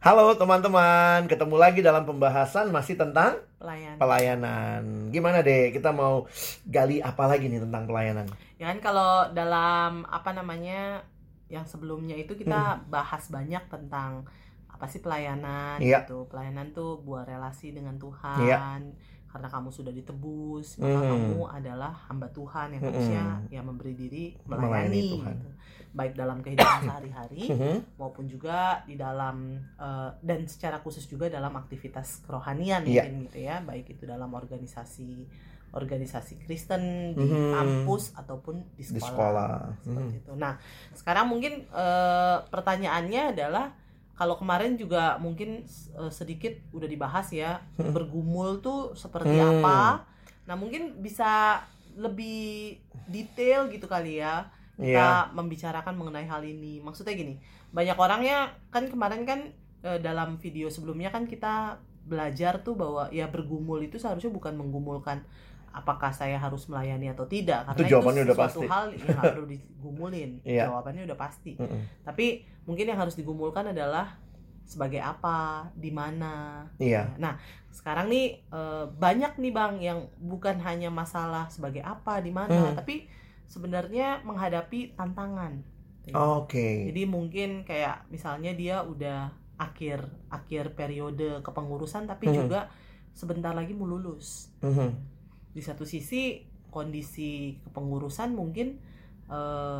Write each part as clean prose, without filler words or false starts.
Halo teman-teman, ketemu lagi dalam pembahasan masih tentang Pelayan. pelayanan. Gimana deh, kita mau gali apa lagi nih tentang pelayanan? Ya kan kalau dalam yang sebelumnya itu Hmm, kita bahas banyak tentang apa sih pelayanan iya, gitu. Pelayanan tuh buat relasi dengan iya. Tuhan. Karena kamu sudah ditebus, maka Hmm, kamu adalah hamba Tuhan yang harusnya hmm, ya memberi diri melayani melayani Tuhan. gitu. Baik dalam kehidupan sehari-hari Hmm, maupun juga di dalam dan secara khusus juga dalam aktivitas kerohanian iya. mungkin gitu ya, baik itu dalam organisasi organisasi Kristen di Hmm, kampus ataupun di di sekolah sekolah. seperti itu. Nah, sekarang mungkin pertanyaannya adalah kalau kemarin juga mungkin sedikit udah dibahas ya, bergumul tuh seperti Hmm, apa. Nah, mungkin bisa lebih detail gitu kali ya iya. kita membicarakan mengenai hal ini. Maksudnya gini, banyak orangnya kan kemarin kan dalam video sebelumnya kan kita belajar tuh bahwa ya bergumul itu seharusnya bukan menggumulkan apakah saya harus melayani atau tidak, Itu karena itu jawabannya udah sesuatu pasti. hal yang nggak perlu digumulin. Iya. Jawabannya udah pasti. Mm-mm. Tapi mungkin yang harus digumulkan adalah sebagai apa, di mana. Iya. Nah, sekarang nih banyak nih Bang yang bukan hanya masalah sebagai apa, di mana, Hmm, tapi sebenarnya menghadapi tantangan. Ya. oke. Jadi mungkin kayak misalnya dia udah akhir akhir periode kepengurusan tapi Hmm, juga sebentar lagi mau lulus. hmm, Di satu sisi kondisi kepengurusan mungkin eh,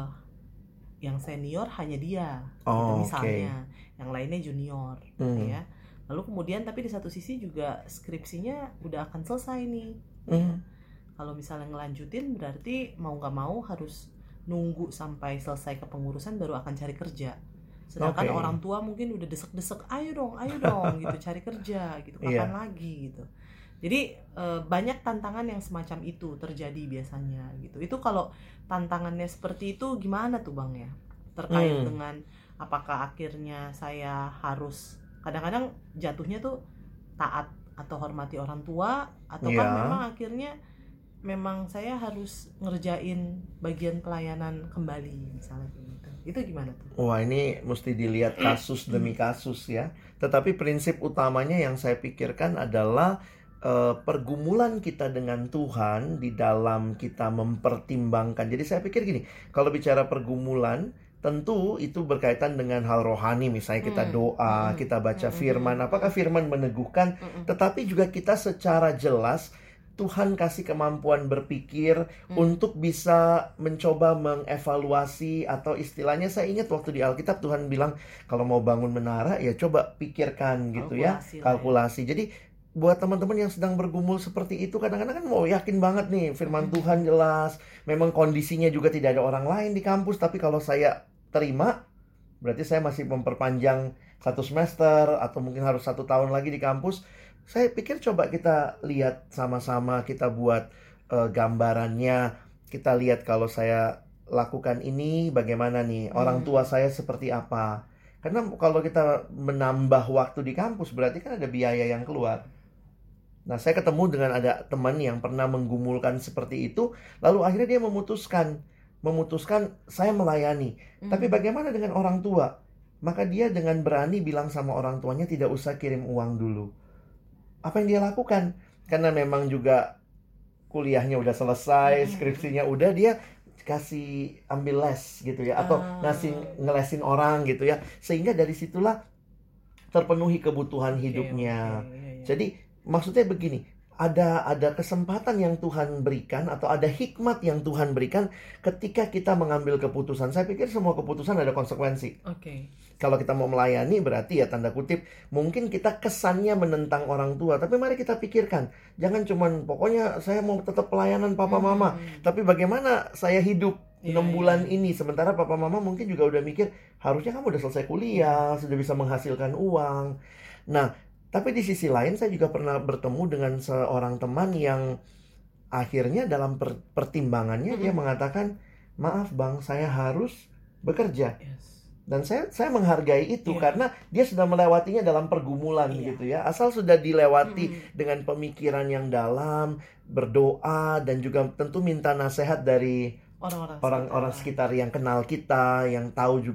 yang senior hanya dia gitu oke. misalnya, yang lainnya junior gitu Hmm, ya. Lalu kemudian tapi di satu sisi juga skripsinya udah akan selesai nih ya. hmm, Kalau misalnya ngelanjutin berarti mau nggak mau harus nunggu sampai selesai kepengurusan baru akan cari kerja. Sedangkan oke. orang tua mungkin udah desek-desek, ayo dong gitu cari kerja gitu, kapan Iya. lagi gitu. Jadi banyak tantangan yang semacam itu terjadi biasanya gitu. Itu kalau tantangannya seperti itu gimana tuh Bang ya? Terkait Hmm, dengan apakah akhirnya saya harus kadang-kadang jatuhnya tuh taat atau hormati orang tua, ataukah iya. memang akhirnya memang saya harus ngerjain bagian pelayanan kembali misalnya kayak gitu. Itu gimana tuh? Wah, ini mesti dilihat kasus demi kasus ya. Tetapi prinsip utamanya yang saya pikirkan adalah pergumulan kita dengan Tuhan di dalam kita mempertimbangkan. Jadi saya pikir gini, kalau bicara pergumulan, tentu itu berkaitan dengan hal rohani. Misalnya kita Hmm, doa, mm-mm, kita baca mm-mm, firman. Apakah mm-mm, firman meneguhkan? mm-mm, Tetapi juga kita secara jelas Tuhan kasih kemampuan berpikir mm. untuk bisa mencoba mengevaluasi, atau istilahnya saya ingat waktu di Alkitab Tuhan bilang kalau mau bangun menara ya coba pikirkan gitu ya, Kalkulasi lah ya. kalkulasi. Jadi buat teman-teman yang sedang bergumul seperti itu, kadang-kadang kan mau yakin banget nih firman Tuhan Mm-mm, jelas, memang kondisinya juga tidak ada orang lain di kampus, tapi kalau saya terima berarti saya masih memperpanjang satu semester atau mungkin harus 1 tahun lagi di kampus. Saya pikir coba kita lihat sama-sama, kita buat gambarannya. Kita lihat kalau saya lakukan ini bagaimana nih, orang tua mm. saya seperti apa. Karena kalau kita menambah waktu di kampus berarti kan ada biaya yang keluar. Nah, saya ketemu dengan ada teman yang pernah menggumulkan seperti itu, lalu akhirnya dia memutuskan saya melayani. Tapi Mm. bagaimana dengan orang tua? Maka dia dengan berani bilang sama orang tuanya tidak usah kirim uang dulu. Apa yang dia lakukan? Karena memang juga kuliahnya udah selesai, Mm-mm, mm-mm. skripsinya udah, dia kasih ambil les gitu ya, atau ngasih Ah, ngelesin orang gitu ya. Sehingga dari situlah terpenuhi kebutuhan oke oke, hidupnya. iya iya. Jadi maksudnya begini, ada kesempatan yang Tuhan berikan atau ada hikmat yang Tuhan berikan ketika kita mengambil keputusan. Saya pikir semua keputusan ada konsekuensi. Oke. Kalau kita mau melayani berarti ya tanda kutip mungkin kita kesannya menentang orang tua, tapi mari kita pikirkan, jangan cuman pokoknya saya mau tetap pelayanan papa mama, Mm. tapi bagaimana saya hidup Iya 6 iya bulan iya. ini sementara papa mama mungkin juga udah mikir harusnya kamu udah selesai Iya. kuliah, sudah bisa menghasilkan uang. Nah, tapi di sisi lain saya juga pernah bertemu dengan seorang teman yang akhirnya dalam pertimbangannya dia Mm-mm. mengatakan, maaf bang, saya harus bekerja. Yes. Dan saya menghargai itu Iya, karena dia sudah melewatinya dalam pergumulan iya. gitu ya. Asal sudah dilewati Mm-mm. dengan pemikiran yang dalam, berdoa, dan juga tentu minta nasihat dari Orang-orang orang-orang sekitar. sekitar yang kenal kita, yang tahu juga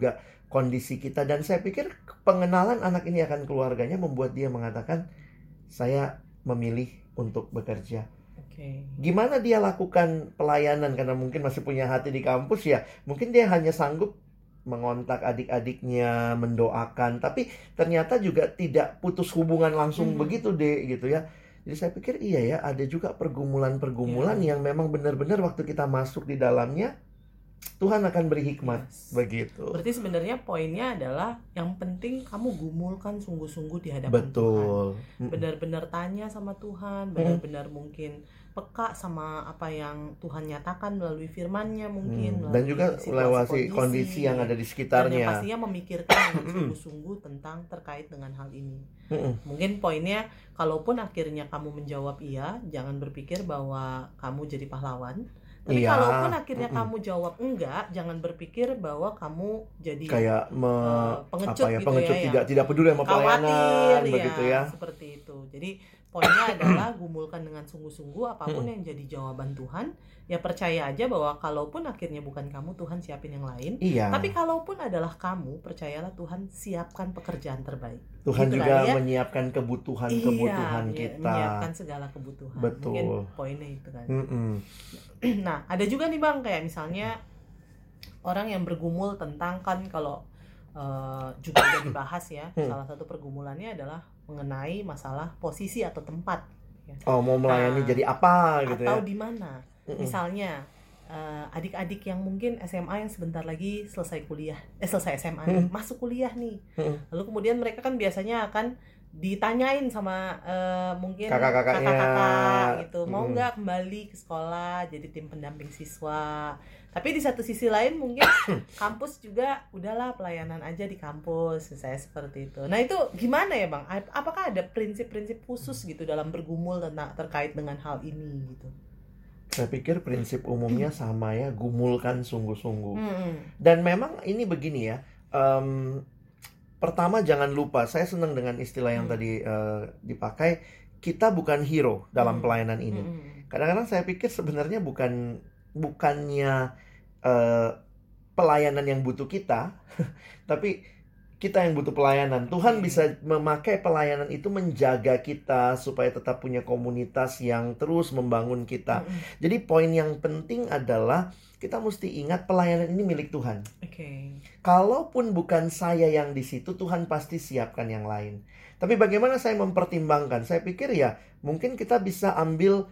kondisi kita. Dan saya pikir pengenalan anak ini akan keluarganya membuat dia mengatakan, saya memilih untuk bekerja. Gimana dia lakukan pelayanan? Karena mungkin masih punya hati di kampus ya. Mungkin dia hanya sanggup mengontak adik-adiknya, mendoakan. Tapi ternyata juga tidak putus hubungan langsung begitu deh gitu ya. Jadi saya pikir iya ya, ada juga pergumulan-pergumulan yang memang benar-benar waktu kita masuk di dalamnya, Tuhan akan beri hikmat. Begitu. Berarti sebenarnya poinnya adalah yang penting kamu gumulkan sungguh-sungguh di hadapan Tuhan. Benar-benar tanya sama Tuhan, benar-benar mungkin peka sama apa yang Tuhan nyatakan melalui firman-Nya mungkin. Dan juga lewati kondisi yang ada di sekitarnya. Dan yang pastinya memikirkan dengan sungguh-sungguh tentang terkait dengan hal ini. Mungkin poinnya, kalaupun akhirnya kamu menjawab iya, jangan berpikir bahwa kamu jadi pahlawan. Tapi kalaupun akhirnya kamu jawab enggak, jangan berpikir bahwa kamu jadi kayak pengecut gitu pengecut ya, tidak peduli sama pelayanan begitu ya. Seperti itu. Jadi poinnya adalah gumulkan dengan sungguh-sungguh apapun yang jadi jawaban Tuhan. Ya percaya aja bahwa kalaupun akhirnya bukan kamu, Tuhan siapin yang lain. Tapi kalaupun adalah kamu, percayalah Tuhan siapkan pekerjaan terbaik. Tuhan gitu juga ya, menyiapkan kebutuhan kita. Menyiapkan segala kebutuhan. Betul. Mungkin poinnya itu kan. Nah, ada juga nih Bang, kayak misalnya orang yang bergumul tentang, kan kalau juga udah dibahas ya, salah satu pergumulannya adalah mengenai masalah posisi atau tempat ya. Mau melayani jadi apa gitu atau ya, di mana. Misalnya adik-adik yang mungkin SMA yang sebentar lagi selesai kuliah, selesai SMA nih, masuk kuliah nih. Lalu kemudian mereka kan biasanya akan ditanyain sama mungkin kakak-kakak gitu, mau nggak kembali ke sekolah jadi tim pendamping siswa. Tapi di satu sisi lain mungkin kampus juga udahlah pelayanan aja di kampus, saya seperti itu. Nah itu gimana ya Bang? Apakah ada prinsip-prinsip khusus gitu dalam bergumul terkait dengan hal ini gitu? Saya pikir prinsip umumnya sama ya, gumulkan sungguh-sungguh. Dan memang ini begini ya, pertama jangan lupa, saya senang dengan istilah yang tadi dipakai, kita bukan hero dalam pelayanan ini. Kadang-kadang saya pikir sebenarnya bukannya pelayanan yang butuh kita, tapi kita yang butuh pelayanan. Tuhan bisa memakai pelayanan itu menjaga kita supaya tetap punya komunitas yang terus membangun kita. Jadi poin yang penting adalah kita mesti ingat pelayanan ini milik Tuhan. Kalaupun bukan saya yang di situ, Tuhan pasti siapkan yang lain. Tapi bagaimana saya mempertimbangkan? Saya pikir ya mungkin kita bisa ambil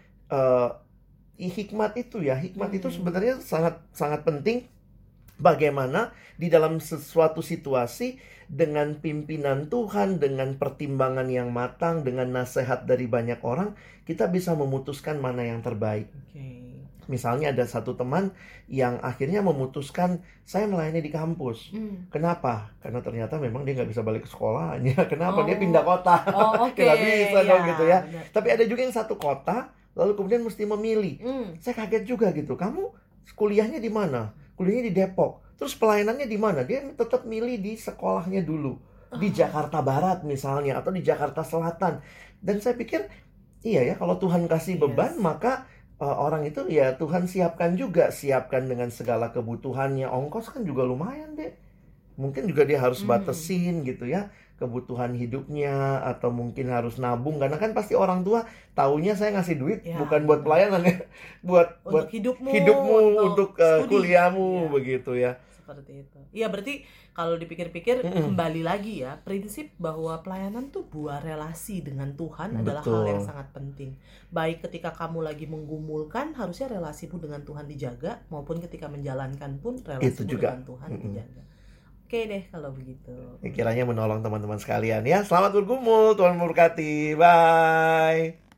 hikmat itu ya. Hikmat itu sebenarnya sangat penting. Bagaimana di dalam sesuatu situasi dengan pimpinan Tuhan, dengan pertimbangan yang matang, dengan nasihat dari banyak orang, kita bisa memutuskan mana yang terbaik. Misalnya ada satu teman yang akhirnya memutuskan, saya melayani di kampus. Kenapa? Karena ternyata memang dia nggak bisa balik ke sekolahnya. Kenapa? Dia pindah kota. Nggak bisa dong gitu ya. Benar. Tapi ada juga yang satu kota, lalu kemudian mesti memilih. Saya kaget juga gitu. Kamu kuliahnya di mana? Kuliahnya di Depok. Terus pelayanannya di mana? Dia tetap milih di sekolahnya dulu. Di Jakarta Barat misalnya, atau di Jakarta Selatan. Dan saya pikir, iya ya, kalau Tuhan kasih beban, maka orang itu ya Tuhan siapkan dengan segala kebutuhannya. Ongkos kan juga lumayan deh. Mungkin juga dia harus batasin gitu ya, kebutuhan hidupnya, atau mungkin harus nabung, karena kan pasti orang tua taunya saya ngasih duit bukan buat pelayanan ya, buat hidupmu, untuk kuliahmu begitu ya. Seperti itu. Iya, berarti kalau dipikir-pikir kembali lagi ya, prinsip bahwa pelayanan tuh buah relasi dengan Tuhan adalah hal yang sangat penting. Baik ketika kamu lagi menggumulkan, harusnya relasimu dengan Tuhan dijaga, maupun ketika menjalankan pun relasimu dengan Tuhan dijaga. Oke deh kalau begitu. Kiranya menolong teman-teman sekalian ya. Selamat bergumul, Tuhan memberkati. Bye.